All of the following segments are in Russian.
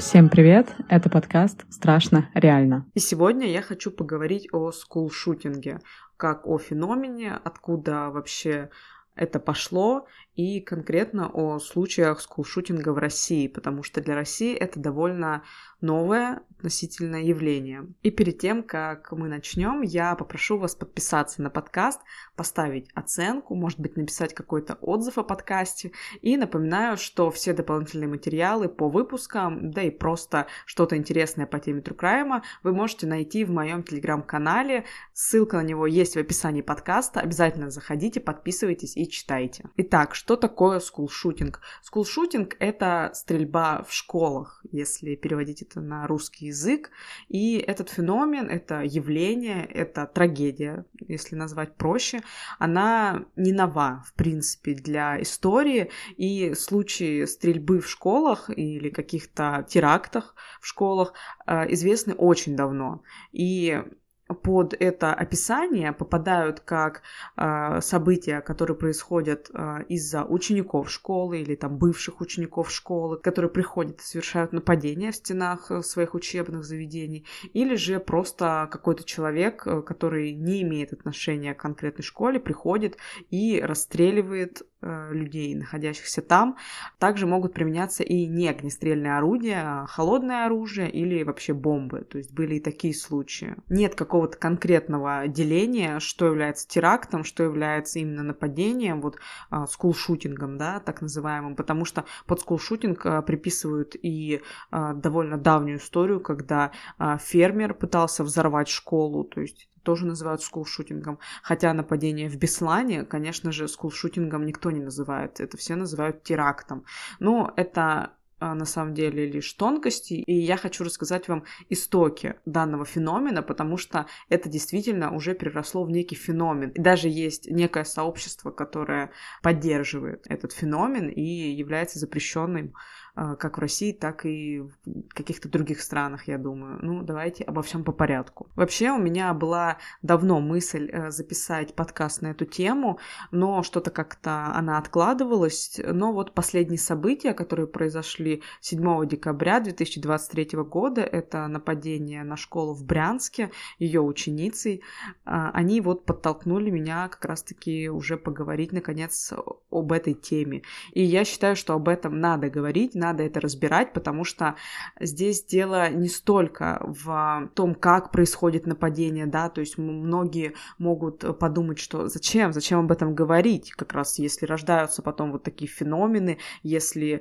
Всем привет! Это подкаст «Страшно реально». И сегодня я хочу поговорить о скулшутинге, как о феномене, откуда вообще это пошло, и конкретно о случаях скулшутинга в России, потому что для России это довольно новое относительное явление. И перед тем, как мы начнем, я попрошу вас подписаться на подкаст, поставить оценку, может быть, написать какой-то отзыв о подкасте. И напоминаю, что все дополнительные материалы по выпускам, да и просто что-то интересное по теме True Crime вы можете найти в моем телеграм-канале. Ссылка на него есть в описании подкаста. Обязательно заходите, подписывайтесь и читайте. Итак, что такое скулшутинг? Скулшутинг — это стрельба в школах, если переводить это на русский язык. И этот феномен, это явление, это трагедия, если назвать проще, она не нова, в принципе, для истории. И случаи стрельбы в школах или каких-то терактах в школах известны очень давно. И под это описание попадают как события, которые происходят из-за учеников школы или там бывших учеников школы, которые приходят и совершают нападения в стенах своих учебных заведений, или же просто какой-то человек, который не имеет отношения к конкретной школе, приходит и расстреливает людей, находящихся там. Также могут применяться и не огнестрельные орудия, а холодное оружие или вообще бомбы. То есть были и такие случаи. Нет какого-то конкретного деления, что является терактом, что является именно нападением, вот скулшутингом, да, так называемым, потому что под скулшутинг приписывают и довольно давнюю историю, когда фермер пытался взорвать школу, то есть тоже называют скулшутингом. Хотя нападение в Беслане, конечно же, скулшутингом никто не называет. Это все называют терактом. Но это на самом деле лишь тонкости, и я хочу рассказать вам истоки данного феномена, потому что это действительно уже переросло в некий феномен. И даже есть некое сообщество, которое поддерживает этот феномен и является запрещенным как в России, так и в каких-то других странах, я думаю. Ну, давайте обо всем по порядку. Вообще, у меня была давно мысль записать подкаст на эту тему, но что-то как-то она откладывалась. Но вот последние события, которые произошли 7 декабря 2023 года, это нападение на школу в Брянске, ее ученицей, они вот подтолкнули меня как раз-таки уже поговорить, наконец, об этой теме. И я считаю, что об этом надо говорить, надо это разбирать, потому что здесь дело не столько в том, как происходит нападение, да, то есть многие могут подумать, что зачем об этом говорить, как раз если рождаются потом вот такие феномены, если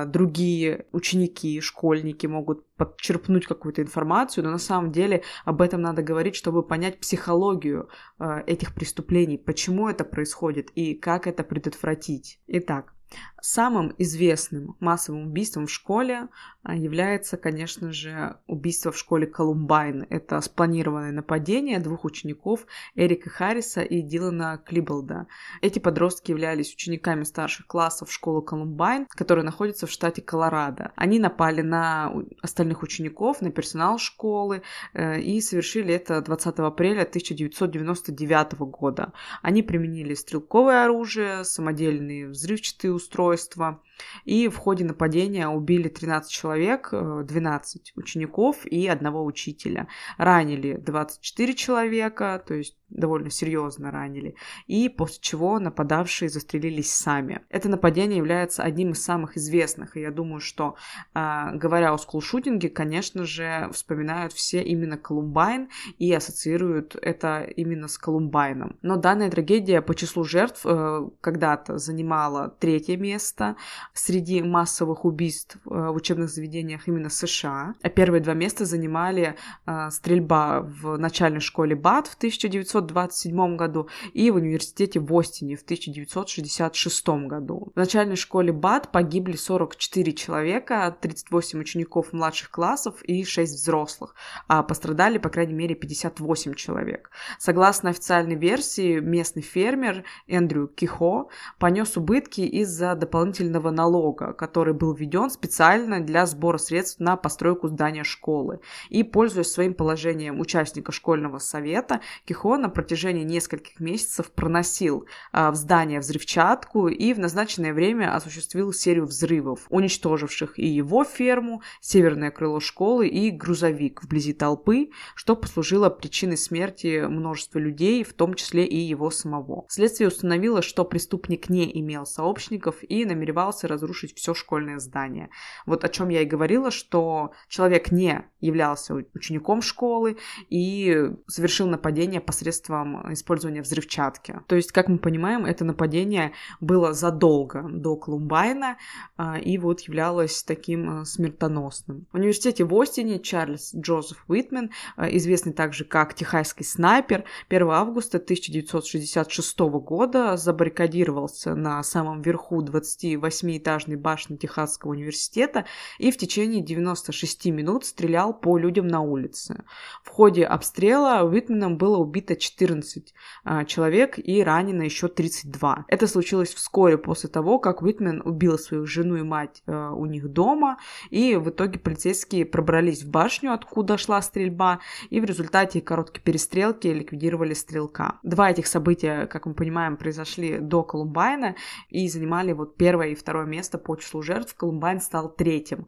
другие ученики, школьники могут подчерпнуть какую-то информацию, но на самом деле об этом надо говорить, чтобы понять психологию этих преступлений, почему это происходит и как это предотвратить. Итак, самым известным массовым убийством в школе является, конечно же, убийство в школе Колумбайн. Это спланированное нападение двух учеников, Эрика Харриса и Дилана Клиболда. Эти подростки являлись учениками старших классов школы Колумбайн, которая находится в штате Колорадо. Они напали на остальных учеников, на персонал школы и совершили это 20 апреля 1999 года. Они применили стрелковое оружие, самодельные взрывчатые устройства, и в ходе нападения убили 13 человек, 12 учеников и одного учителя. Ранили 24 человека, то есть довольно серьезно ранили, и после чего нападавшие застрелились сами. Это нападение является одним из самых известных, и я думаю, что, говоря о скулшутинге, конечно же, вспоминают все именно Колумбайн и ассоциируют это именно с Колумбайном. Но данная трагедия по числу жертв когда-то занимала 3-е место среди массовых убийств в учебных заведениях именно США. А первые 2 места занимали стрельба в начальной школе БАД в 1927 году и в университете в Остине в 1966 году. В начальной школе БАД погибли 44 человека, 38 учеников младших классов и 6 взрослых, а пострадали, по крайней мере, 58 человек. Согласно официальной версии, местный фермер Эндрю Кихо понес убытки из-за дополнительного налога, который был введен специально для сбора средств на постройку здания школы. И, пользуясь своим положением участника школьного совета, Кихон на протяжении нескольких месяцев проносил в здание взрывчатку и в назначенное время осуществил серию взрывов, уничтоживших и его ферму, северное крыло школы и грузовик вблизи толпы, что послужило причиной смерти множества людей, в том числе и его самого. Следствие установило, что преступник не имел сообщников и намеревался разрушить все школьное здание. Вот о чем я и говорила, что человек не являлся учеником школы и совершил нападение посредством использования взрывчатки. То есть, как мы понимаем, это нападение было задолго до Колумбайна и вот являлось таким смертоносным. В университете в Остине Чарльз Джозеф Уитмен, известный также как Техасский снайпер, 1 августа 1966 года забаррикадировался на самом верху 28-этажной башни Техасского университета и в течение 96 минут стрелял по людям на улице. В ходе обстрела Уитменом было убито 14 человек и ранено еще 32. Это случилось вскоре после того, как Уитмен убил свою жену и мать у них дома, и в итоге полицейские пробрались в башню, откуда шла стрельба, и в результате короткой перестрелки ликвидировали стрелка. Два этих события, как мы понимаем, произошли до Колумбайна и занимали вот первое и второе место по числу жертв. Колумбайн стал третьим.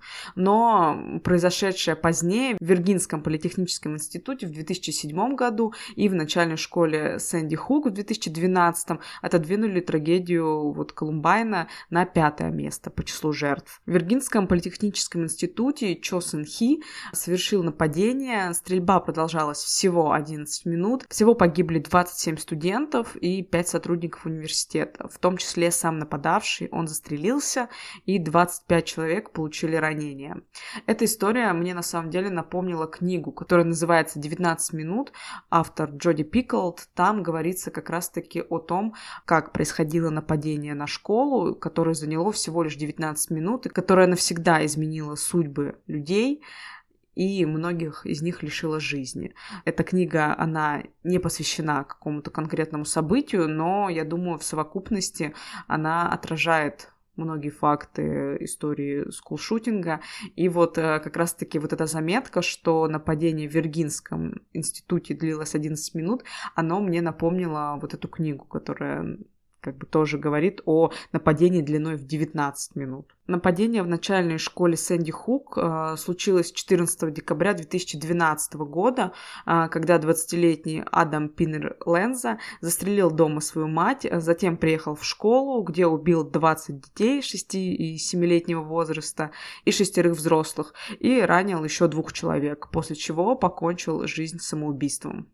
Но произошедшее позднее в Виргинском политехническом институте в 2007 году и в начальной школе Сэнди Хук в 2012 отодвинули трагедию вот Колумбайна на 5-е место по числу жертв. В Виргинском политехническом институте Чо Сын Хи совершил нападение. Стрельба продолжалась всего 11 минут. Всего погибли 27 студентов и 5 сотрудников университета. В том числе сам нападавший, он застрелился, и 25 человек получили ранения. Эта история мне на самом деле напомнила книгу, которая называется «19 минут», автор Джоди Пиколд. Там говорится как раз-таки о том, как происходило нападение на школу, которое заняло всего лишь 19 минут, и которое навсегда изменило судьбы людей, и многих из них лишила жизни. Эта книга, она не посвящена какому-то конкретному событию, но, я думаю, в совокупности она отражает многие факты истории скулшутинга. И вот как раз-таки вот эта заметка, что нападение в Виргинском институте длилось 11 минут, оно мне напомнило вот эту книгу, которая как бы тоже говорит о нападении длиной в 19 минут. Нападение в начальной школе Сэнди Хук случилось 14 декабря 2012 года, когда 20-летний Адам Пинер Ленза застрелил дома свою мать, затем приехал в школу, где убил 20 детей 6 и 7-летнего возраста и 6 взрослых, и ранил еще 2 человек, после чего покончил жизнь самоубийством.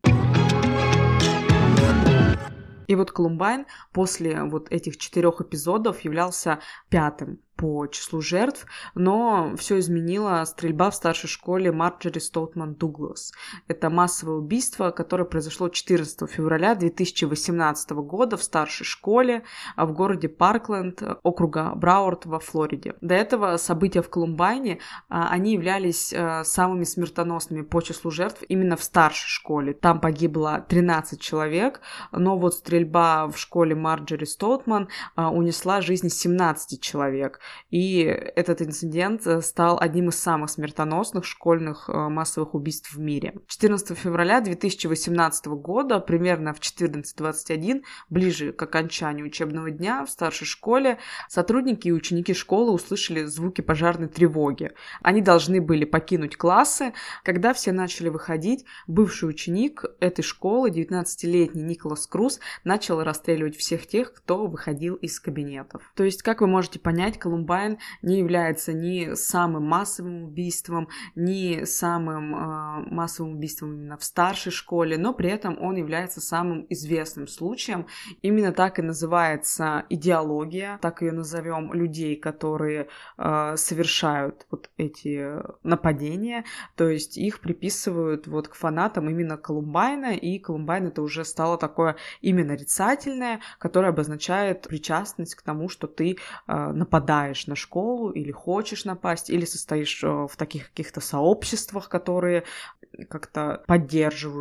И вот Колумбайн после вот этих 4 эпизодов являлся 5-м по числу жертв, но все изменила стрельба в старшей школе Марджори Стоутман Дуглас. Это массовое убийство, которое произошло 14 февраля 2018 года в старшей школе в городе Паркленд, округа Брауард во Флориде. До этого события в Колумбайне, они являлись самыми смертоносными по числу жертв именно в старшей школе. Там погибло 13 человек, но вот стрельба в школе Марджори Стоутман унесла жизни 17 человек. И этот инцидент стал одним из самых смертоносных школьных массовых убийств в мире. 14 февраля 2018 года, примерно в 14:21, ближе к окончанию учебного дня, в старшей школе сотрудники и ученики школы услышали звуки пожарной тревоги. Они должны были покинуть классы. Когда все начали выходить, бывший ученик этой школы, 19-летний Николас Круз, начал расстреливать всех тех, кто выходил из кабинетов. То есть, как вы можете понять, Колумбайн не является ни самым массовым убийством, ни самым массовым убийством именно в старшей школе, но при этом он является самым известным случаем. Именно так и называется идеология, так ее назовем, людей, которые совершают вот эти нападения, то есть их приписывают вот к фанатам именно Колумбайна, и Колумбайн это уже стало такое имя нарицательное, которое обозначает причастность к тому, что ты нападаешь на школу или хочешь напасть, или состоишь в таких каких-то сообществах, которые как-то поддерживают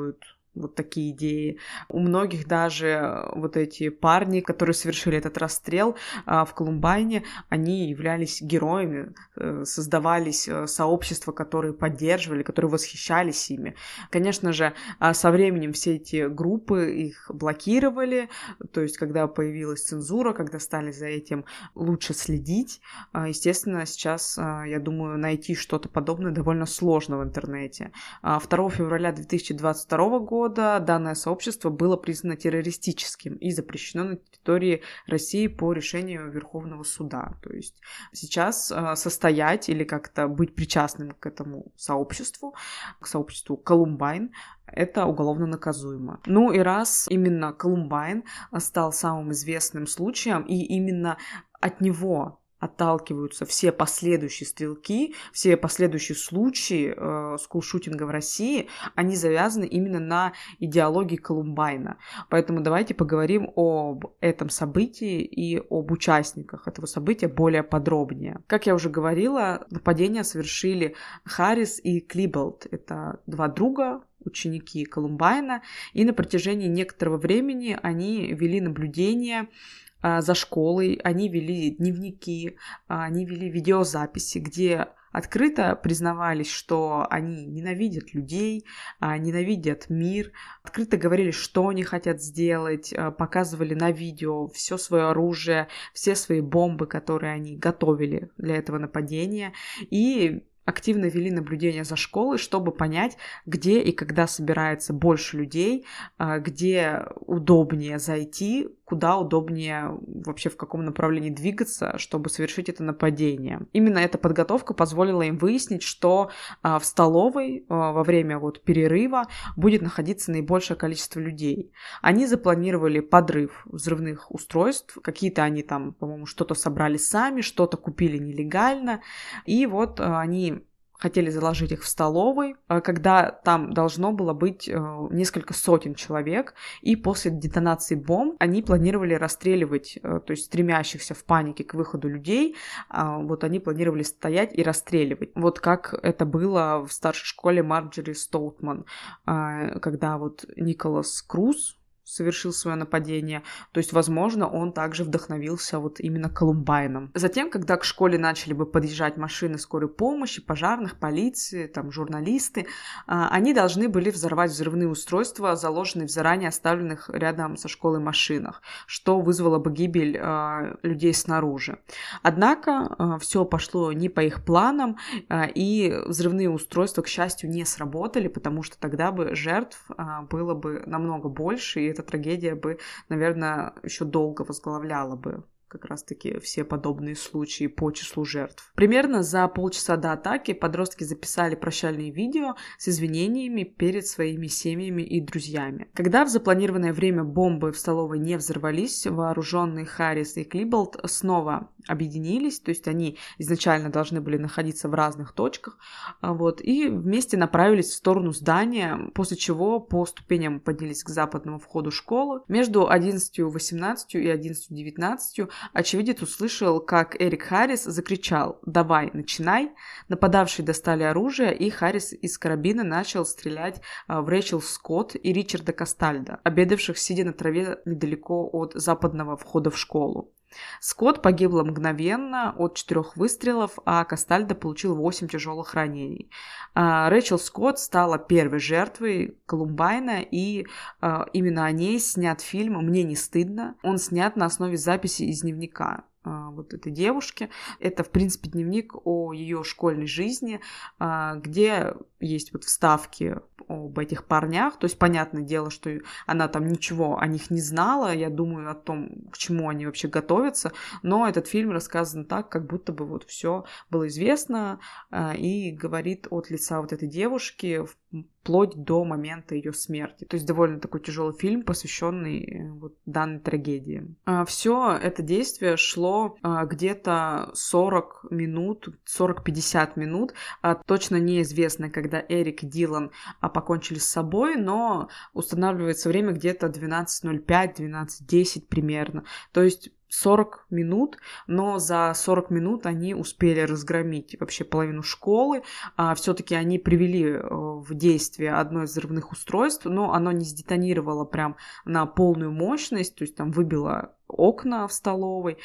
вот такие идеи. У многих даже вот эти парни, которые совершили этот расстрел в Колумбайне, они являлись героями, создавались сообщества, которые поддерживали, которые восхищались ими. Конечно же, со временем все эти группы их блокировали, то есть когда появилась цензура, когда стали за этим лучше следить, естественно, сейчас, я думаю, найти что-то подобное довольно сложно в интернете. 2 февраля 2022 года данное сообщество было признано террористическим и запрещено на территории России по решению Верховного суда. То есть сейчас состоять или как-то быть причастным к этому сообществу, к сообществу Колумбайн, это уголовно наказуемо. Ну и раз именно Колумбайн стал самым известным случаем, и именно от него отталкиваются все последующие стрелки, все последующие случаи скулшутинга в России, они завязаны именно на идеологии Колумбайна. Поэтому давайте поговорим об этом событии и об участниках этого события более подробнее. Как я уже говорила, нападение совершили Харрис и Клиболд. Это два друга, ученики Колумбайна, и на протяжении некоторого времени они вели наблюдение за школой, они вели дневники, они вели видеозаписи, где открыто признавались, что они ненавидят людей, ненавидят мир, открыто говорили, что они хотят сделать, показывали на видео все свое оружие, все свои бомбы, которые они готовили для этого нападения, и активно вели наблюдение за школой, чтобы понять, где и когда собирается больше людей, где удобнее зайти, куда удобнее вообще в каком направлении двигаться, чтобы совершить это нападение. Именно эта подготовка позволила им выяснить, что в столовой во время перерыва будет находиться наибольшее количество людей. Они запланировали подрыв взрывных устройств, какие-то они там, по-моему, что-то собрали сами, что-то купили нелегально, и они хотели заложить их в столовой, когда там должно было быть несколько сотен человек, и после детонации бомб они планировали расстреливать, то есть стремящихся в панике к выходу людей, они планировали стоять и расстреливать. Вот как это было в старшей школе Марджори Стоутман, когда Николас Круз совершил свое нападение, то есть, возможно, он также вдохновился именно Колумбайном. Затем, когда к школе начали бы подъезжать машины скорой помощи, пожарных, полиции, журналисты, они должны были взорвать взрывные устройства, заложенные в заранее оставленных рядом со школой машинах, что вызвало бы гибель людей снаружи. Однако все пошло не по их планам, и взрывные устройства, к счастью, не сработали, потому что тогда бы жертв было бы намного больше, и эта трагедия бы, наверное, еще долго возглавляла бы как раз-таки все подобные случаи по числу жертв. Примерно за полчаса до атаки подростки записали прощальные видео с извинениями перед своими семьями и друзьями. Когда в запланированное время бомбы в столовой не взорвались, вооруженные Харрис и Клиболд снова объединились, то есть они изначально должны были находиться в разных точках, и вместе направились в сторону здания, после чего по ступеням поднялись к западному входу школы. Между 11:18 и 11:19 очевидец услышал, как Эрик Харрис закричал «Давай, начинай!». Нападавшие достали оружие, и Харрис из карабина начал стрелять в Рэйчел Скотт и Ричарда Кастальда, обедавших сидя на траве недалеко от западного входа в школу. Скотт погибла мгновенно от 4 выстрелов, а Кастальдо получил 8 тяжелых ранений. Рэйчел Скотт стала первой жертвой Колумбайна, и именно о ней снят фильм «Мне не стыдно». Он снят на основе записи из дневника этой девушки. Это, в принципе, дневник о ее школьной жизни, где есть вставки об этих парнях. То есть, понятное дело, что она там ничего о них не знала, я думаю о том, к чему они вообще готовятся, но этот фильм рассказан так, как будто бы все было известно, и говорит от лица этой девушки вплоть до момента ее смерти. То есть довольно такой тяжелый фильм, посвященный данной трагедии. Все это действие шло где-то 40 минут, 40-50 минут. Точно неизвестно, когда Эрик и Дилан покончили с собой, но устанавливается время где-то 12:05, 12:10 примерно. То есть 40 минут, но за 40 минут они успели разгромить вообще половину школы. Все-таки они привели в действие одно из взрывных устройств, но оно не сдетонировало прям на полную мощность, то есть там выбило окна в столовой.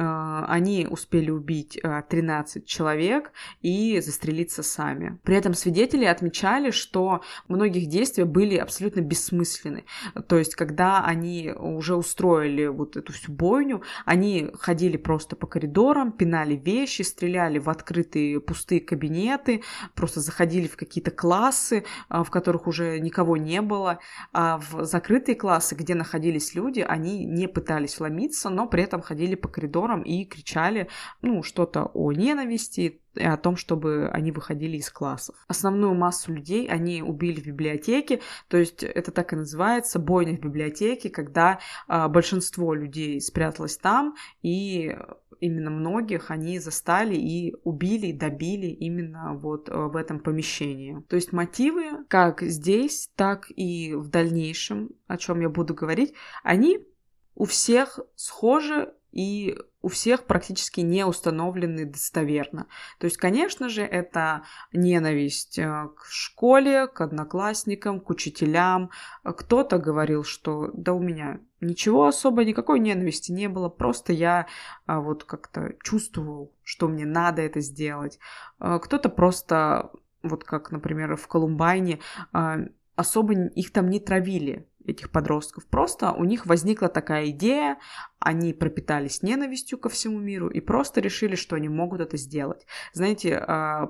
Они успели убить 13 человек и застрелиться сами. При этом свидетели отмечали, что многих действия были абсолютно бессмысленны. То есть, когда они уже устроили вот эту всю бойню, они ходили просто по коридорам, пинали вещи, стреляли в открытые пустые кабинеты, просто заходили в какие-то классы, в которых уже никого не было. А в закрытые классы, где находились люди, они не пытались вломиться, но при этом ходили по коридорам и кричали, что-то о ненависти, и о том, чтобы они выходили из классов. Основную массу людей они убили в библиотеке, то есть это так и называется, бойня в библиотеке, когда большинство людей спряталось там, и именно многих они застали и убили, добили именно вот в этом помещении. То есть мотивы, как здесь, так и в дальнейшем, о чем я буду говорить, они у всех схожи и у всех практически не установлены достоверно. То есть, конечно же, это ненависть к школе, к одноклассникам, к учителям. Кто-то говорил, что да у меня ничего особо, никакой ненависти не было, просто я вот как-то чувствовал, что мне надо это сделать. Кто-то просто, вот как, например, в Колумбайне, особо их там не травили, этих подростков. Просто у них возникла такая идея, они пропитались ненавистью ко всему миру и просто решили, что они могут это сделать. Знаете,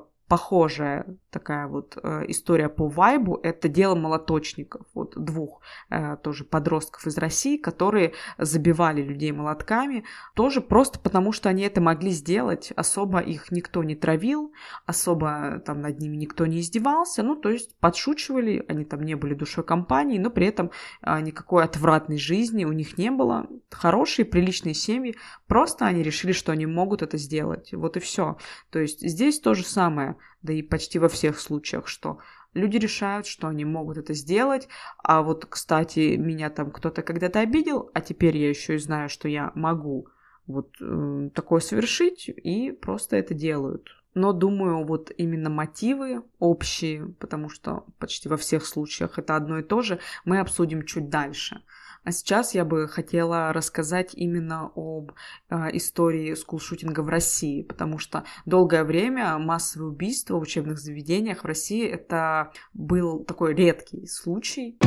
похожая такая вот история по вайбу, это дело молоточников, вот двух тоже подростков из России, которые забивали людей молотками, тоже просто потому, что они это могли сделать, особо их никто не травил, особо там над ними никто не издевался, то есть подшучивали, они там не были душой компании, но при этом никакой отвратной жизни у них не было, хорошие, приличные семьи, просто они решили, что они могут это сделать, вот и все. То есть здесь то же самое, да и почти во всех случаях, что люди решают, что они могут это сделать, а вот, кстати, меня там кто-то когда-то обидел, а теперь я еще и знаю, что я могу вот такое совершить, и просто это делают. Но, думаю, вот именно мотивы общие, потому что почти во всех случаях это одно и то же, мы обсудим чуть дальше. А сейчас я бы хотела рассказать именно об истории скулшутинга в России, потому что долгое время массовые убийства в учебных заведениях в России это был такой редкий случай.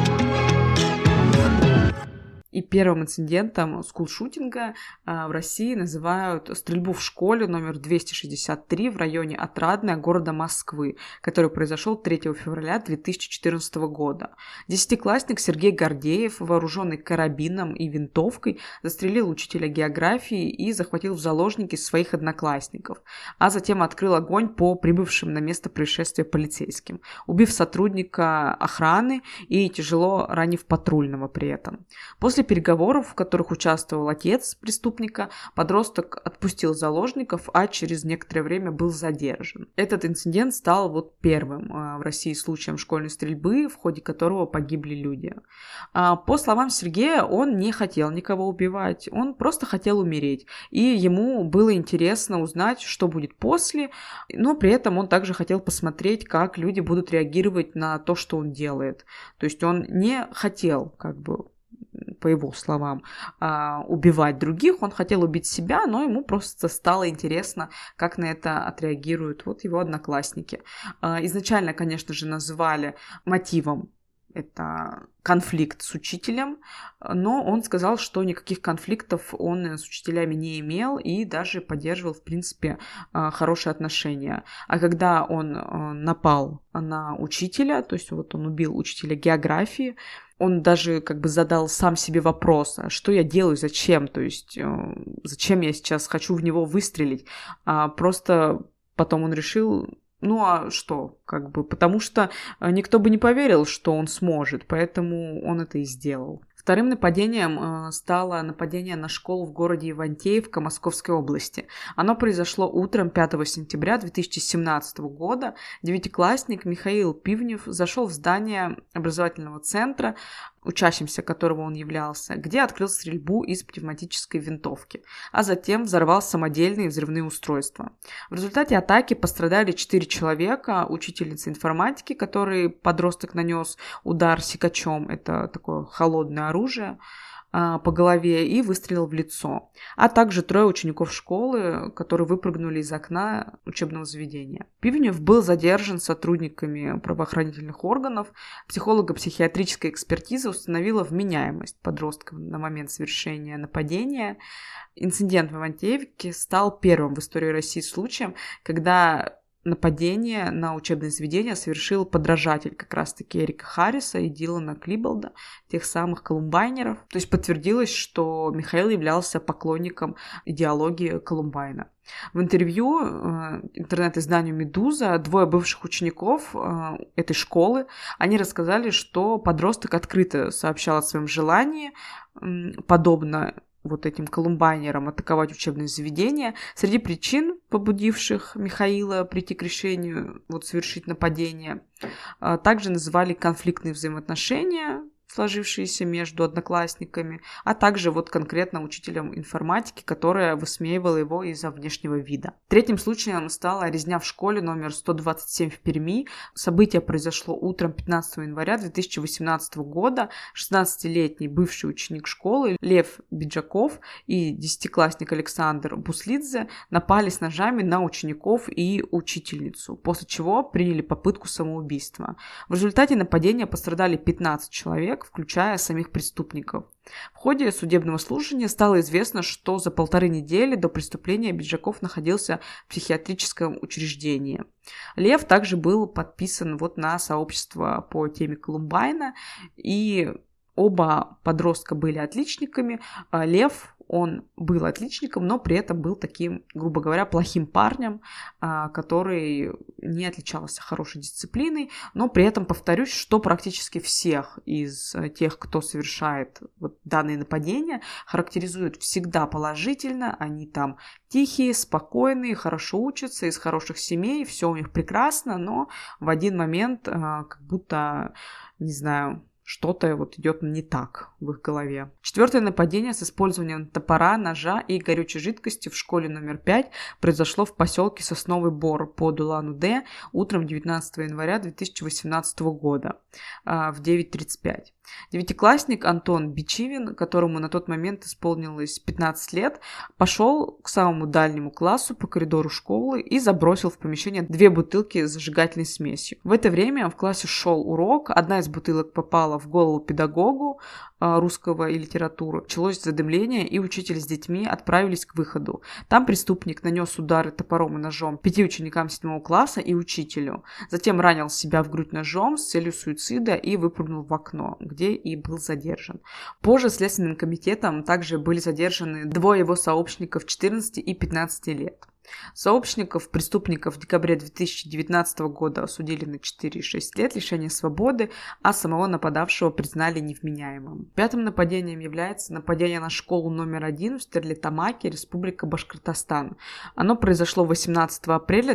И первым инцидентом скулшутинга в России называют стрельбу в школе номер 263 в районе Отрадное города Москвы, который произошел 3 февраля 2014 года. Десятиклассник Сергей Гордеев, вооруженный карабином и винтовкой, застрелил учителя географии и захватил в заложники своих одноклассников, а затем открыл огонь по прибывшим на место происшествия полицейским, убив сотрудника охраны и тяжело ранив патрульного при этом. После переговоров, в которых участвовал отец преступника, подросток отпустил заложников, а через некоторое время был задержан. Этот инцидент стал вот первым в России случаем школьной стрельбы, в ходе которого погибли люди. По словам Сергея, он не хотел никого убивать, он просто хотел умереть, и ему было интересно узнать, что будет после, но при этом он также хотел посмотреть, как люди будут реагировать на то, что он делает. То есть он не хотел, по его словам, убивать других, он хотел убить себя, но ему просто стало интересно, как на это отреагируют вот его одноклассники. Изначально, конечно же, называли мотивом это конфликт с учителем, но он сказал, что никаких конфликтов он с учителями не имел и даже поддерживал, в принципе, хорошие отношения. А когда он напал на учителя, то есть вот он убил учителя географии, он даже задал сам себе вопрос, а что я делаю, зачем, то есть зачем я сейчас хочу в него выстрелить. Просто потом он решил, а что, потому что никто бы не поверил, что он сможет, поэтому он это и сделал. Вторым нападением стало нападение на школу в городе Ивантеевка Московской области. Оно произошло утром 5 сентября 2017 года. Девятиклассник Михаил Пивнев зашел в здание образовательного центра. учащимся которого он являлся, где открыл стрельбу из пневматической винтовки, а затем взорвал самодельные взрывные устройства. В результате атаки пострадали 4 человека, учительница информатики, которой подросток нанес удар секачом, это такое холодное оружие, по голове и выстрелил в лицо, а также 3 учеников школы, которые выпрыгнули из окна учебного заведения. Пивнев был задержан сотрудниками правоохранительных органов. Психолого-психиатрическая экспертиза установила вменяемость подростка на момент совершения нападения. Инцидент в Ивантеевке стал первым в истории России случаем, когда нападение на учебное заведение совершил подражатель как раз-таки Эрика Харриса и Дилана Клиболда, тех самых колумбайнеров. То есть подтвердилось, что Михаил являлся поклонником идеологии Колумбайна. В интервью интернет-изданию «Медуза» 2 бывших учеников этой школы, они рассказали, что подросток открыто сообщал о своем желании, подобно вот этим колумбайнерам атаковать учебные заведения. Среди причин, побудивших Михаила прийти к решению совершить нападение, также называли конфликтные взаимоотношения, сложившиеся между одноклассниками, а также конкретно учителем информатики, которая высмеивала его из-за внешнего вида. Третьим случаем стала резня в школе номер 127 в Перми. Событие произошло утром 15 января 2018 года. 16-летний бывший ученик школы Лев Биджаков и 10-классник Александр Буслидзе напали с ножами на учеников и учительницу, после чего приняли попытку самоубийства. В результате нападения пострадали 15 человек, включая самих преступников. В ходе судебного слушания стало известно, что за 1,5 недели до преступления Биджаков находился в психиатрическом учреждении. Лев также был подписан на сообщество по теме Колумбайна, и оба подростка были отличниками. Лев, он был отличником, но при этом был таким, грубо говоря, плохим парнем, который не отличался хорошей дисциплиной, но при этом, повторюсь, что практически всех из тех, кто совершает данные нападения, характеризуют всегда положительно, они там тихие, спокойные, хорошо учатся, из хороших семей, все у них прекрасно, но в один момент как будто, не знаю, что-то идет не так в их голове. 4-е нападение с использованием топора, ножа и горючей жидкости в школе номер 5 произошло в поселке Сосновый Бор под Улан-Удэ утром 19 января 2018 года в 9:35. 9-классник Антон Бичивин, которому на тот момент исполнилось 15 лет, пошел к самому дальнему классу по коридору школы и забросил в помещение 2 бутылки с зажигательной смесью. В это время в классе шел урок, одна из бутылок попала в голову педагогу русского и литературы. Началось задымление, и учитель с детьми отправились к выходу. Там преступник нанес удары топором и ножом 5 ученикам 7 класса и учителю. Затем ранил себя в грудь ножом с целью суицида и выпрыгнул в окно, где и был задержан. Позже Следственным комитетом также были задержаны 2 его сообщников 14 и 15 лет. Сообщников преступников в декабре 2019 года осудили на 4,6 лет лишения свободы, а самого нападавшего признали невменяемым. 5-м нападением является нападение на школу номер 1 в Стерлитамаке, Республика Башкортостан. Оно произошло 18 апреля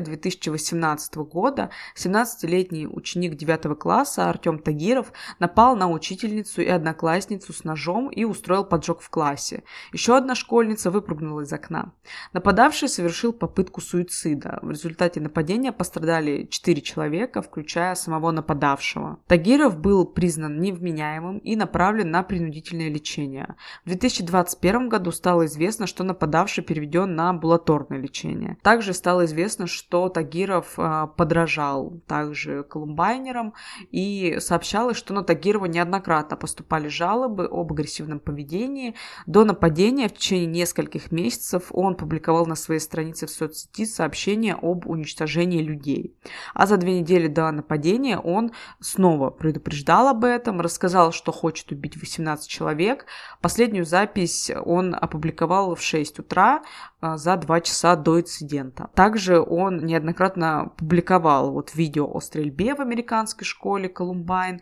2018 года. 17-летний ученик 9 класса Артем Тагиров напал на учительницу и одноклассницу с ножом и устроил поджог в классе. Еще одна школьница выпрыгнула из окна. Нападавший совершил попытку суицида. В результате нападения пострадали 4 человека, включая самого нападавшего. Тагиров был признан невменяемым и направлен на принудительное лечение. В 2021 году стало известно, что нападавший переведен на амбулаторное лечение. Также стало известно, что Тагиров подражал также колумбайнерам, и сообщалось, что на Тагирова неоднократно поступали жалобы об агрессивном поведении. До нападения в течение нескольких месяцев он публиковал на своей странице в соцсети сообщение об уничтожении людей. А за 2 недели до нападения он снова предупреждал об этом, рассказал, что хочет убить 18 человек. Последнюю запись он опубликовал в 6 утра за 2 часа до инцидента. Также он неоднократно публиковал видео о стрельбе в американской школе Колумбайн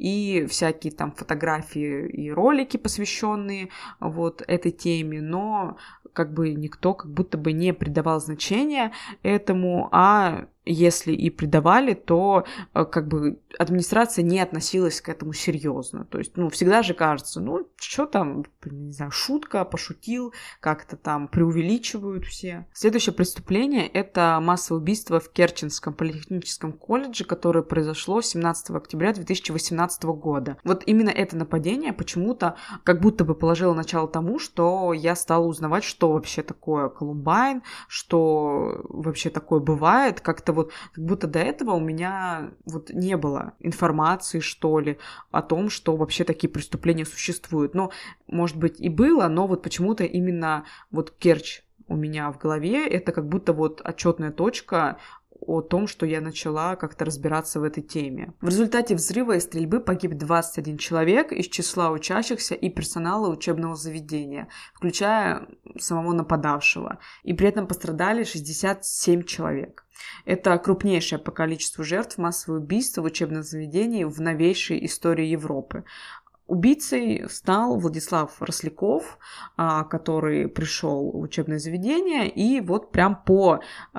и всякие там фотографии и ролики, посвященные этой теме, но никто как будто бы не придавал значения этому, а если и предавали, то как бы администрация не относилась к этому серьезно. То есть, всегда же кажется, что там, не знаю, шутка, пошутил, как-то там преувеличивают все. Следующее преступление — это массовое убийство в Керченском политехническом колледже, которое произошло 17 октября 2018 года. Вот именно это нападение почему-то как будто бы положило начало тому, что я стала узнавать, что вообще такое Колумбайн, что вообще такое бывает. Как-то вот как будто до этого у меня вот не было информации, что ли, о том, что вообще такие преступления существуют. Но, может быть, и было, но вот почему-то именно вот Керчь у меня в голове, это как будто вот отчетная точка о том, что я начала как-то разбираться в этой теме. В результате взрыва и стрельбы погиб 21 человек из числа учащихся и персонала учебного заведения, включая самого нападавшего, и при этом пострадали 67 человек. Это крупнейшее по количеству жертв массовое убийство в учебном заведении в новейшей истории Европы. Убийцей стал Владислав Росляков, который пришел в учебное заведение, и вот прям по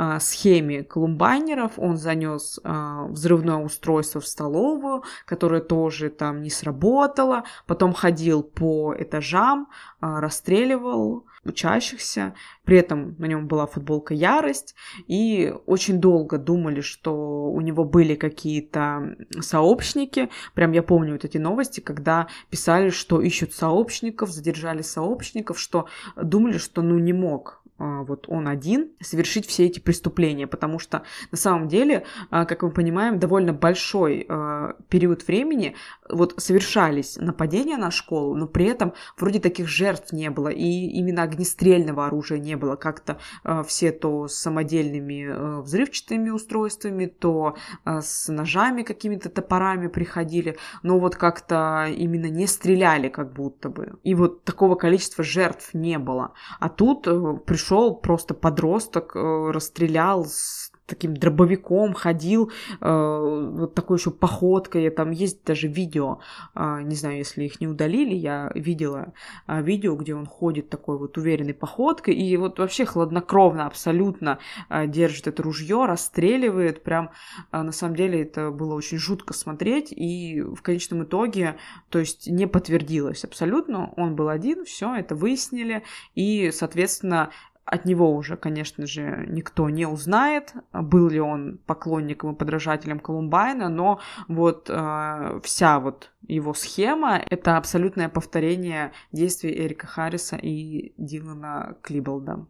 схеме колумбайнеров он занес взрывное устройство в столовую, которое тоже там не сработало, потом ходил по этажам, расстреливал учащихся, при этом на нем была футболка «Ярость», и очень долго думали, что у него были какие-то сообщники. Прям я помню вот эти новости, когда писали, что ищут сообщников, задержали сообщников, что думали, что не мог вот он один совершить все эти преступления, потому что на самом деле, как мы понимаем, довольно большой период времени вот совершались нападения на школу, но при этом вроде таких жертв не было, и именно огнестрельного оружия не было. Как-то все то с самодельными взрывчатыми устройствами, то с ножами какими-то, топорами приходили, но вот как-то именно не стреляли как будто бы. И вот такого количества жертв не было. А тут пришел просто подросток, расстрелял с таким дробовиком, ходил, вот такой еще походкой, там есть даже видео, не знаю, если их не удалили, я видела видео, где он ходит такой вот уверенной походкой, и вот вообще хладнокровно абсолютно держит это ружье, расстреливает, прям на самом деле это было очень жутко смотреть, и в конечном итоге, то есть не подтвердилось абсолютно, он был один, все это выяснили, и, соответственно, от него уже, конечно же, никто не узнает, был ли он поклонником и подражателем Колумбайна, но вот вся вот его схема — это абсолютное повторение действий Эрика Харриса и Дилана Клиболда.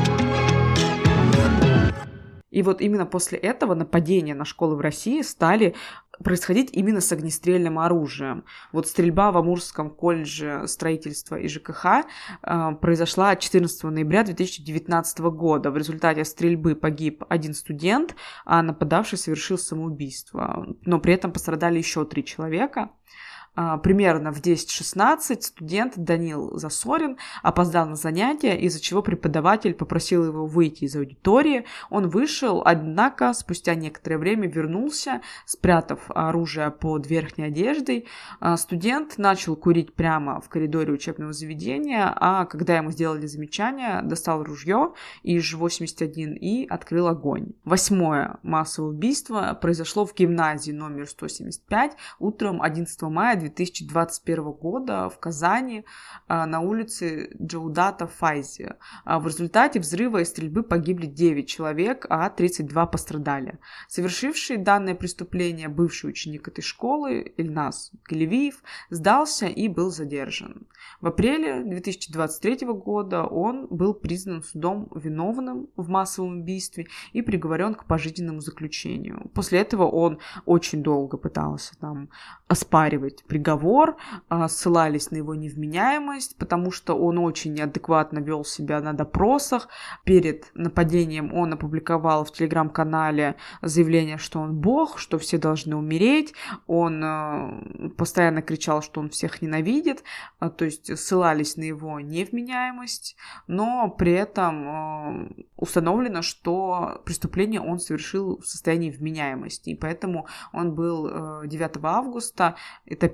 И вот именно после этого нападения на школы в России стали происходить именно с огнестрельным оружием. Вот стрельба в Амурском колледже строительства и ЖКХ произошла 14 ноября 2019 года. В результате стрельбы погиб один студент, а нападавший совершил самоубийство. Но при этом пострадали еще 3 человека. Примерно в 10:16 студент Данил Засорин опоздал на занятия, из-за чего преподаватель попросил его выйти из аудитории. Он вышел, однако спустя некоторое время вернулся, спрятав оружие под верхней одеждой. Студент начал курить прямо в коридоре учебного заведения, а когда ему сделали замечание, достал ружье ИЖ-81 и открыл огонь. 8-е массовое убийство произошло в гимназии номер 175 утром 11 мая 2021 года в Казани на улице Джаудата Файзи. В результате взрыва и стрельбы погибли 9 человек, а 32 пострадали. Совершивший данное преступление бывший ученик этой школы Ильнас Галевиев сдался и был задержан. В апреле 2023 года он был признан судом виновным в массовом убийстве и приговорен к пожизненному заключению. После этого он очень долго пытался там оспаривать приговор, ссылались на его невменяемость, потому что он очень неадекватно вел себя на допросах. Перед нападением он опубликовал в телеграм-канале заявление, что он бог, что все должны умереть. Он постоянно кричал, что он всех ненавидит, то есть ссылались на его невменяемость, но при этом установлено, что преступление он совершил в состоянии вменяемости, и поэтому он был 9 августа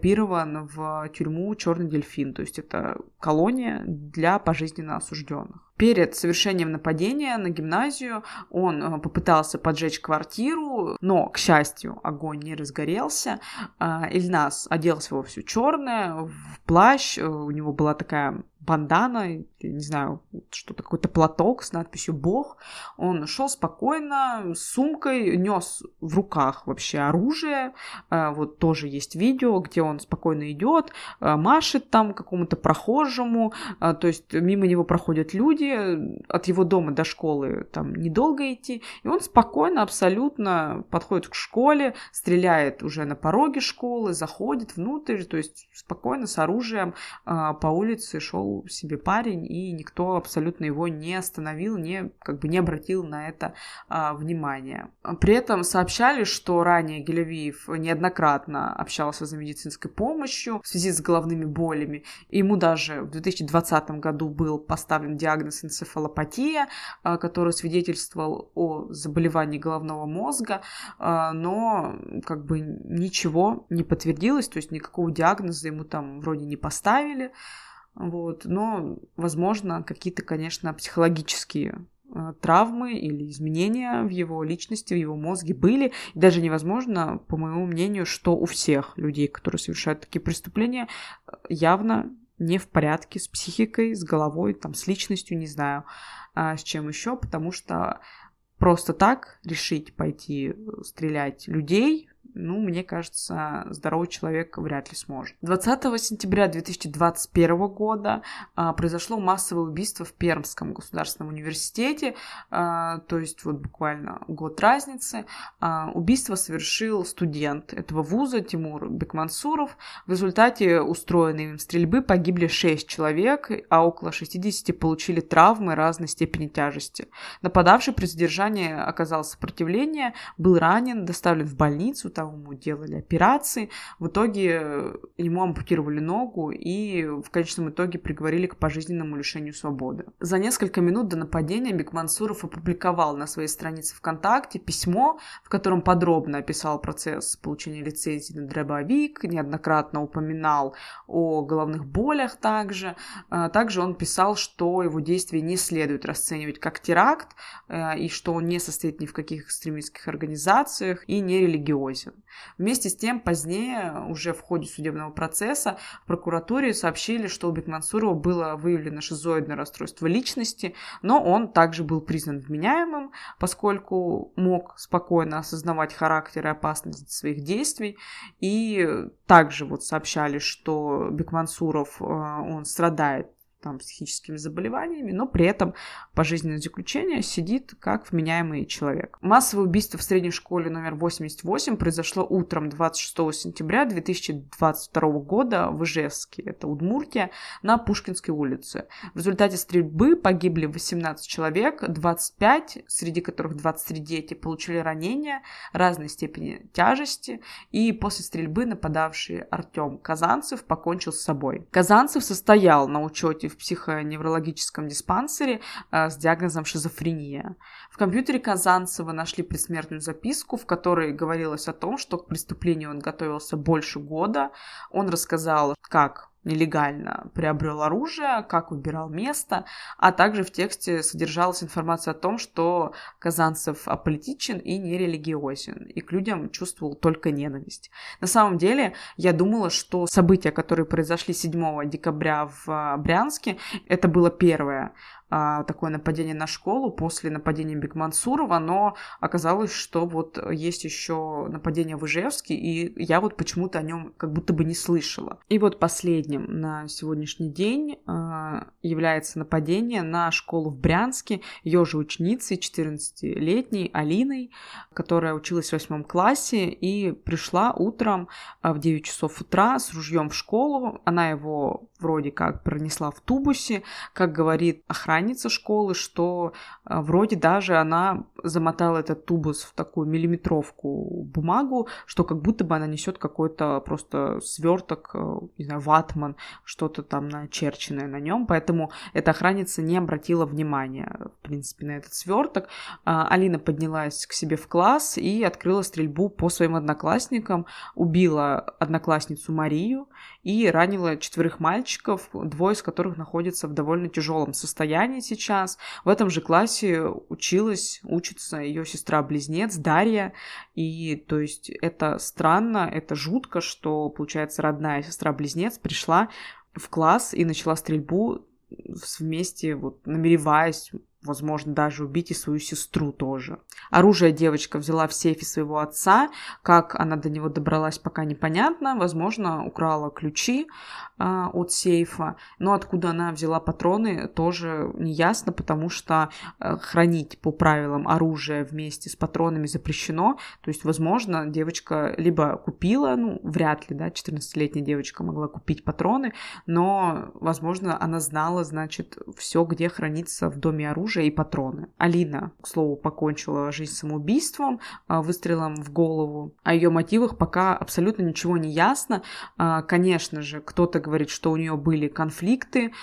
этапирован в тюрьму «Черный дельфин», то есть это колония для пожизненно осужденных. Перед совершением нападения на гимназию он попытался поджечь квартиру, но, к счастью, огонь не разгорелся. Ильназ оделся во все черное, в плащ, у него была такая бандана, не знаю, что-то, какой-то платок с надписью «Бог». Он шел спокойно, с сумкой, нес в руках вообще оружие. Вот тоже есть видео, где он спокойно идет, машет там какому-то прохожему, то есть мимо него проходят люди, от его дома до школы там недолго идти, и он спокойно абсолютно подходит к школе, стреляет уже на пороге школы, заходит внутрь, то есть спокойно с оружием по улице шел себе парень, и никто абсолютно его не остановил, не обратил на это внимания. При этом сообщали, что ранее Гелявиев неоднократно общался за медицинской помощью в связи с головными болями. Ему даже в 2020 году был поставлен диагноз энцефалопатия, который свидетельствовал о заболевании головного мозга, но ничего не подтвердилось, то есть никакого диагноза ему там вроде не поставили. Вот. Но, возможно, какие-то, конечно, психологические травмы или изменения в его личности, в его мозге были. И даже невозможно, по моему мнению, что у всех людей, которые совершают такие преступления, явно не в порядке с психикой, с головой, там, с личностью, не знаю, с чем еще, потому что просто так решить пойти стрелять людей, мне кажется, здоровый человек вряд ли сможет. 20 сентября 2021 года произошло массовое убийство в Пермском государственном университете, то есть вот буквально год разницы. Убийство совершил студент этого вуза Тимур Бекмансуров. В результате устроенной им стрельбы погибли 6 человек, а около 60 получили травмы разной степени тяжести. Нападавший при задержании оказал сопротивление, был ранен, доставлен в больницу, там ему делали операции. В итоге ему ампутировали ногу и в конечном итоге приговорили к пожизненному лишению свободы. За несколько минут до нападения Бекмансуров опубликовал на своей странице ВКонтакте письмо, в котором подробно описал процесс получения лицензии на дробовик, неоднократно упоминал о головных болях также. Также он писал, что его действия не следует расценивать как теракт и что он не состоит ни в каких экстремистских организациях и не религиозен. Вместе с тем, позднее, уже в ходе судебного процесса, в прокуратуре сообщили, что у Бекмансурова было выявлено шизоидное расстройство личности, но он также был признан вменяемым, поскольку мог спокойно осознавать характер и опасность своих действий. И также сообщали, что Бекмансуров, он страдает психическими заболеваниями, но при этом пожизненное заключение сидит как вменяемый человек. Массовое убийство в средней школе номер 88 произошло утром 26 сентября 2022 года в Ижевске, это Удмуртия, на Пушкинской улице. В результате стрельбы погибли 18 человек, 25, среди которых 23 дети, получили ранения разной степени тяжести, и после стрельбы нападавший Артем Казанцев покончил с собой. Казанцев состоял на учете в психоневрологическом диспансере с диагнозом шизофрения. В компьютере Казанцева нашли предсмертную записку, в которой говорилось о том, что к преступлению он готовился больше года. Он рассказал, как нелегально приобрел оружие, как выбирал место, а также в тексте содержалась информация о том, что Казанцев аполитичен и нерелигиозен, и к людям чувствовал только ненависть. На самом деле, я думала, что события, которые произошли 7 декабря в Брянске, это было первое такое нападение на школу после нападения Бекмансурова, но оказалось, что есть еще нападение в Ижевске, и я почему-то о нем как будто бы не слышала. И последним на сегодняшний день является нападение на школу в Брянске ее же ученицей, 14-летней Алиной, которая училась в 8 классе и пришла утром в 9 часов утра с ружьем в школу. Она его вроде как пронесла в тубусе, как говорит охранница школы, что вроде даже она замотала этот тубус в такую миллиметровку бумагу, что как будто бы она несет какой-то просто сверток, не знаю, ватман, что-то там начерченное на нем, поэтому эта охранница не обратила внимания, в принципе, на этот сверток. Алина поднялась к себе в класс и открыла стрельбу по своим одноклассникам, убила одноклассницу Марию и ранила 4 мальчиков, 2 из которых находятся в довольно тяжелом состоянии сейчас. В этом же классе учится ее сестра-близнец Дарья, и то есть это странно, это жутко, что, получается, родная сестра-близнец пришла в класс и начала стрельбу вместе, вот, намереваясь, возможно, даже убить и свою сестру тоже. Оружие девочка взяла в сейфе своего отца. Как она до него добралась, пока непонятно. Возможно, украла ключи от сейфа. Но откуда она взяла патроны, тоже неясно, потому что хранить по правилам оружие вместе с патронами запрещено. То есть, возможно, девочка либо купила, вряд ли, 14-летняя девочка могла купить патроны, но, возможно, она знала, значит, все, где хранится в доме оружие и патроны. Алина, к слову, покончила жизнь самоубийством, выстрелом в голову. О ее мотивах пока абсолютно ничего не ясно. Конечно же, кто-то говорит, что у нее были конфликты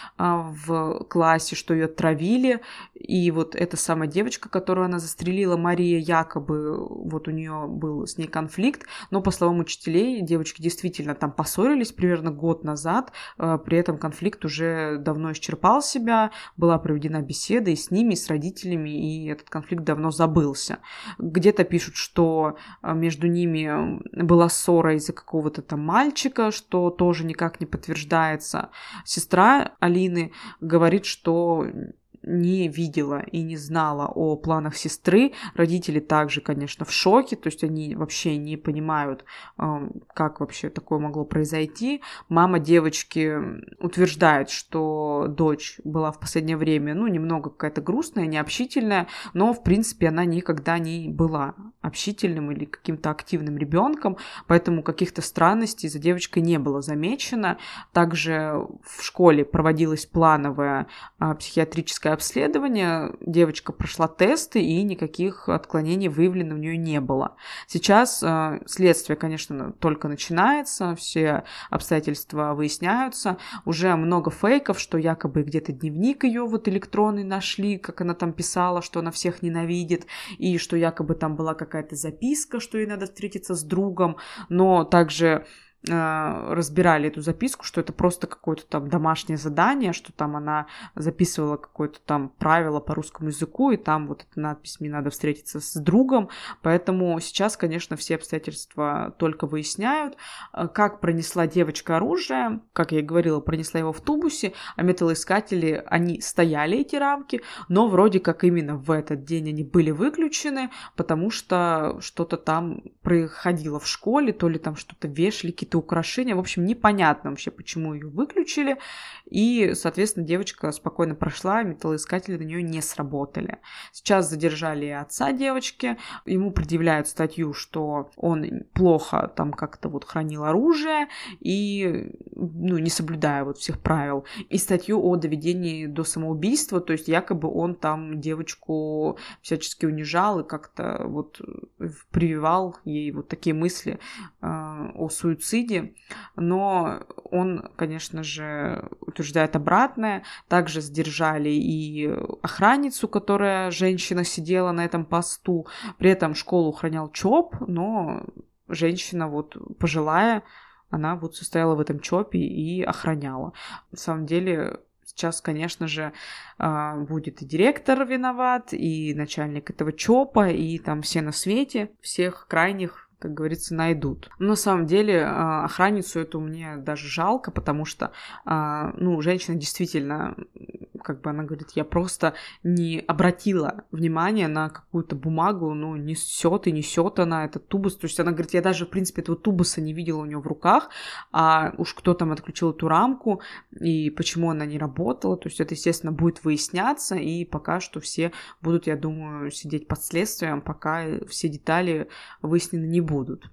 в классе, что ее травили. И вот эта самая девочка, которую она застрелила, Мария, якобы вот у нее был с ней конфликт. Но, по словам учителей, девочки действительно там поссорились примерно год назад. При этом конфликт уже давно исчерпал себя. Была проведена беседа и с ними, и с родителями, и этот конфликт давно забылся. Где-то пишут, что между ними была ссора из-за какого-то там мальчика, что тоже никак не подтверждается. Сестра Алины говорит, что не видела и не знала о планах сестры. Родители также, конечно, в шоке, то есть они вообще не понимают, как вообще такое могло произойти. Мама девочки утверждает, что дочь была в последнее время, немного какая-то грустная, необщительная, но, в принципе, она никогда не была общительным или каким-то активным ребенком, поэтому каких-то странностей за девочкой не было замечено. Также в школе проводилось плановое психиатрическое обследование, девочка прошла тесты, и никаких отклонений выявлено у нее не было. Сейчас следствие, конечно, только начинается, все обстоятельства выясняются, уже много фейков, что якобы где-то дневник ее вот электронный нашли, как она там писала, что она всех ненавидит, и что якобы там была какая-то записка, что ей надо встретиться с другом, но также разбирали эту записку, что это просто какое-то там домашнее задание, что там она записывала какое-то там правило по русскому языку, и там вот эта надпись «Мне надо встретиться с другом», поэтому сейчас, конечно, все обстоятельства только выясняют. Как пронесла девочка оружие, как я и говорила, пронесла его в тубусе, а металлоискатели, они стояли, эти рамки, но вроде как именно в этот день они были выключены, потому что что-то там происходило в школе, то ли там что-то вешали, какие-то украшения. В общем, непонятно вообще, почему ее выключили. И, соответственно, девочка спокойно прошла, металлоискатели на нее не сработали. Сейчас задержали отца девочки. Ему предъявляют статью, что он плохо там как-то вот хранил оружие и, не соблюдая вот всех правил. И статью о доведении до самоубийства, то есть якобы он там девочку всячески унижал и как-то вот прививал ей вот такие мысли о суициде. Но он, конечно же, утверждает обратное. Также задержали и охранницу, которая, женщина, сидела на этом посту. При этом школу охранял ЧОП, но женщина вот пожилая, она вот состояла в этом ЧОПе и охраняла. На самом деле, сейчас, конечно же, будет и директор виноват, и начальник этого ЧОПа, и там все на свете, всех крайних, как говорится, найдут. Но на самом деле охранницу эту мне даже жалко, потому что, женщина действительно, как бы она говорит, я просто не обратила внимания на какую-то бумагу, несет и несет она этот тубус. То есть она говорит, я даже, в принципе, этого тубуса не видела у нее в руках, а уж кто там отключил эту рамку и почему она не работала. То есть это, естественно, будет выясняться, и пока что все будут, я думаю, сидеть под следствием, пока все детали выяснены не будут.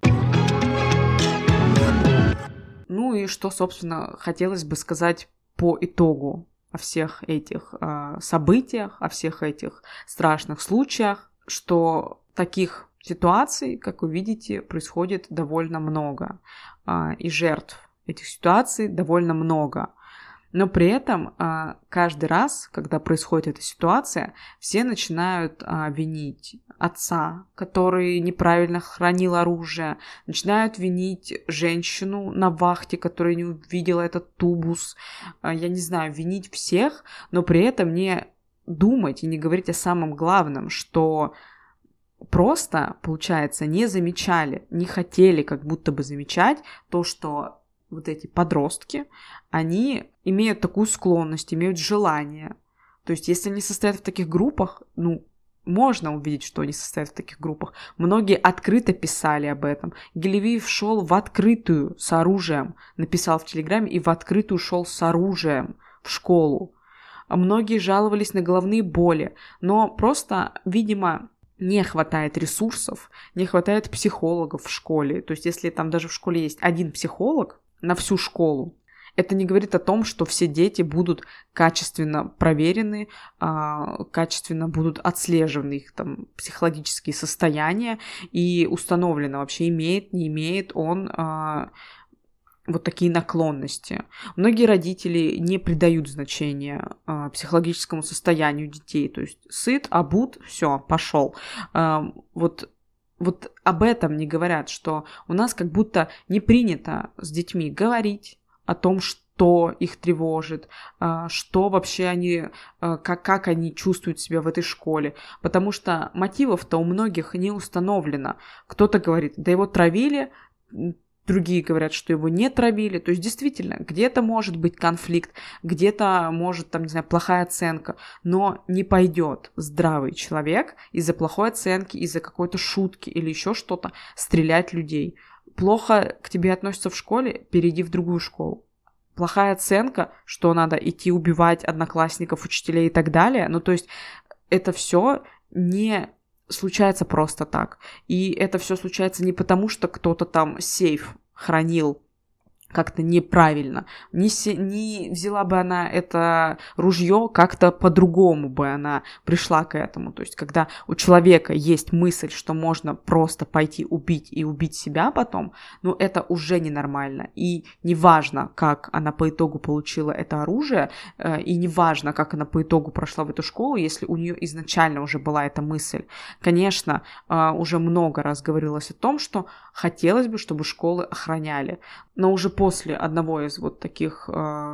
И что, собственно, хотелось бы сказать по итогу о всех этих событиях, о всех этих страшных случаях, что таких ситуаций, как вы видите, происходит довольно много, и жертв этих ситуаций довольно много. Но при этом каждый раз, когда происходит эта ситуация, все начинают винить отца, который неправильно хранил оружие, начинают винить женщину на вахте, которая не увидела этот тубус, я не знаю, винить всех, но при этом не думать и не говорить о самом главном, что просто, получается, не замечали, не хотели как будто бы замечать то, что вот эти подростки, они имеют такую склонность, имеют желание. То есть, если они состоят в таких группах, можно увидеть, что они состоят в таких группах. Многие открыто писали об этом. Гелевиев шел в открытую с оружием, написал в Телеграме, и в открытую шел с оружием в школу. А многие жаловались на головные боли, но просто, видимо, не хватает ресурсов, не хватает психологов в школе. То есть, если там даже в школе есть один психолог на всю школу, это не говорит о том, что все дети будут качественно проверены, качественно будут отслеживаны их там психологические состояния и установлено вообще, имеет, не имеет он вот такие наклонности. Многие родители не придают значения психологическому состоянию детей. То есть сыт, обут, все, пошел. Вот об этом не говорят, что у нас как будто не принято с детьми говорить о том, что их тревожит, что вообще они, как они чувствуют себя в этой школе. Потому что мотивов-то у многих не установлено. Кто-то говорит, да его травили, другие говорят, что его не травили. То есть, действительно, где-то может быть конфликт, где-то может, там, не знаю, плохая оценка, но не пойдет здравый человек из-за плохой оценки, из-за какой-то шутки или еще что-то стрелять людей. Плохо к тебе относятся в школе, перейди в другую школу. Плохая оценка, что надо идти убивать одноклассников, учителей и так далее. То есть, это все не случается просто так. И это все случается не потому, что кто-то там сейф хранил как-то неправильно. Не взяла бы она это ружье, как-то по-другому бы она пришла к этому. То есть, когда у человека есть мысль, что можно просто пойти убить и убить себя потом, это уже ненормально. И неважно, как она по итогу получила это оружие, и неважно, как она по итогу прошла в эту школу, если у нее изначально уже была эта мысль. Конечно, уже много раз говорилось о том, что хотелось бы, чтобы школы охраняли. Но уже после одного из вот таких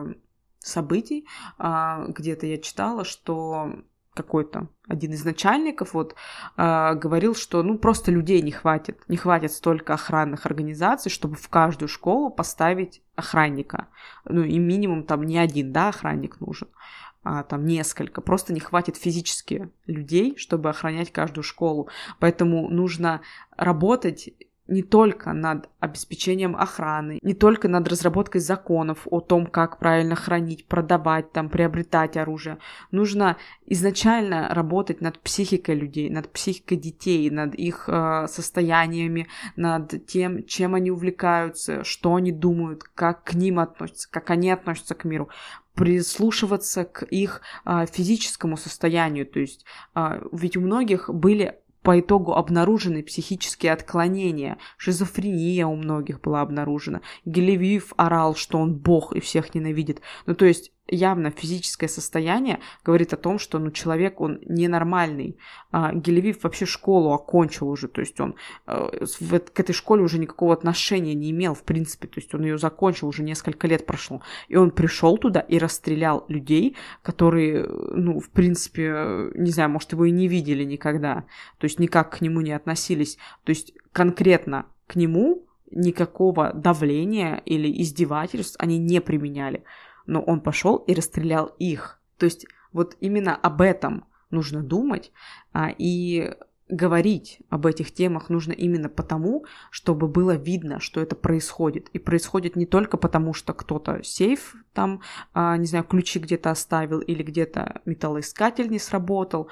событий где-то я читала, что какой-то один из начальников говорил, что просто людей не хватит столько охранных организаций, чтобы в каждую школу поставить охранника. И минимум там не один, охранник нужен, а там несколько. Просто не хватит физически людей, чтобы охранять каждую школу. Поэтому нужно работать не только над обеспечением охраны, не только над разработкой законов о том, как правильно хранить, продавать, приобретать оружие. Нужно изначально работать над психикой людей, над психикой детей, над их состояниями, над тем, чем они увлекаются, что они думают, как к ним относятся, как они относятся к миру, прислушиваться к их физическому состоянию. То есть ведь у многих были по итогу обнаружены психические отклонения. Шизофрения у многих была обнаружена. Гелевиев орал, что он бог и всех ненавидит. То есть явно физическое состояние говорит о том, что человек, он ненормальный. Гелевиев вообще школу окончил уже, то есть он к этой школе уже никакого отношения не имел, в принципе, то есть он ее закончил, уже несколько лет прошло. И он пришел туда и расстрелял людей, которые, в принципе, не знаю, может, его и не видели никогда, то есть никак к нему не относились. То есть конкретно к нему никакого давления или издевательств они не применяли. Но он пошел и расстрелял их. То есть вот именно об этом нужно думать, и говорить об этих темах нужно именно потому, чтобы было видно, что это происходит. И происходит не только потому, что кто-то сейф там, не знаю, ключи где-то оставил или где-то металлоискатель не сработал,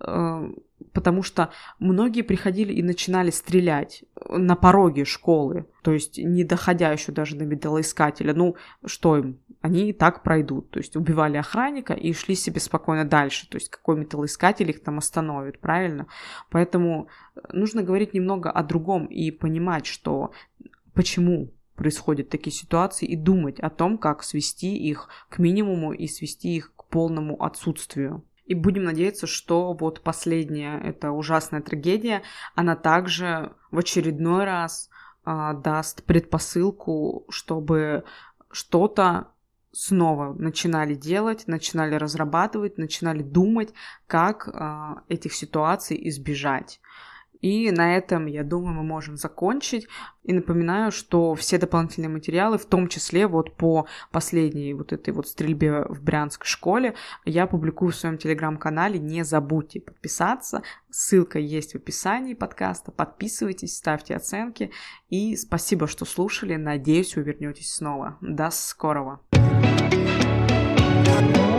потому что многие приходили и начинали стрелять на пороге школы, то есть не доходя еще даже до металлоискателя. Что им? Они и так пройдут. То есть убивали охранника и шли себе спокойно дальше. То есть какой металлоискатель их там остановит, правильно? Поэтому нужно говорить немного о другом и понимать, что почему происходят такие ситуации, и думать о том, как свести их к минимуму и свести их к полному отсутствию. И будем надеяться, что вот последняя, эта ужасная трагедия, она также в очередной раз даст предпосылку, чтобы что-то снова начинали делать, начинали разрабатывать, начинали думать, как этих ситуаций избежать. И на этом, я думаю, мы можем закончить. И напоминаю, что все дополнительные материалы, в том числе вот по последней вот этой вот стрельбе в Брянской школе, я публикую в своем телеграм-канале. Не забудьте подписаться. Ссылка есть в описании подкаста. Подписывайтесь, ставьте оценки. И спасибо, что слушали. Надеюсь, вы вернетесь снова. До скорого.